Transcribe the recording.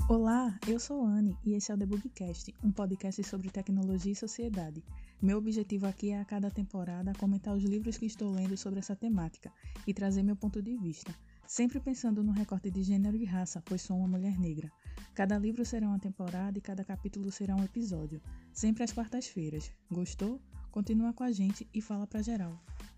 Olá, eu sou Anne e esse é o Debugcast, um podcast sobre tecnologia e sociedade. Meu objetivo aqui é a cada temporada comentar os livros que estou lendo sobre essa temática e trazer meu ponto de vista, sempre pensando no recorte de gênero e raça, pois sou uma mulher negra. Cada livro será uma temporada e cada capítulo será um episódio, sempre às quartas-feiras. Gostou? Continua com a gente e fala pra geral.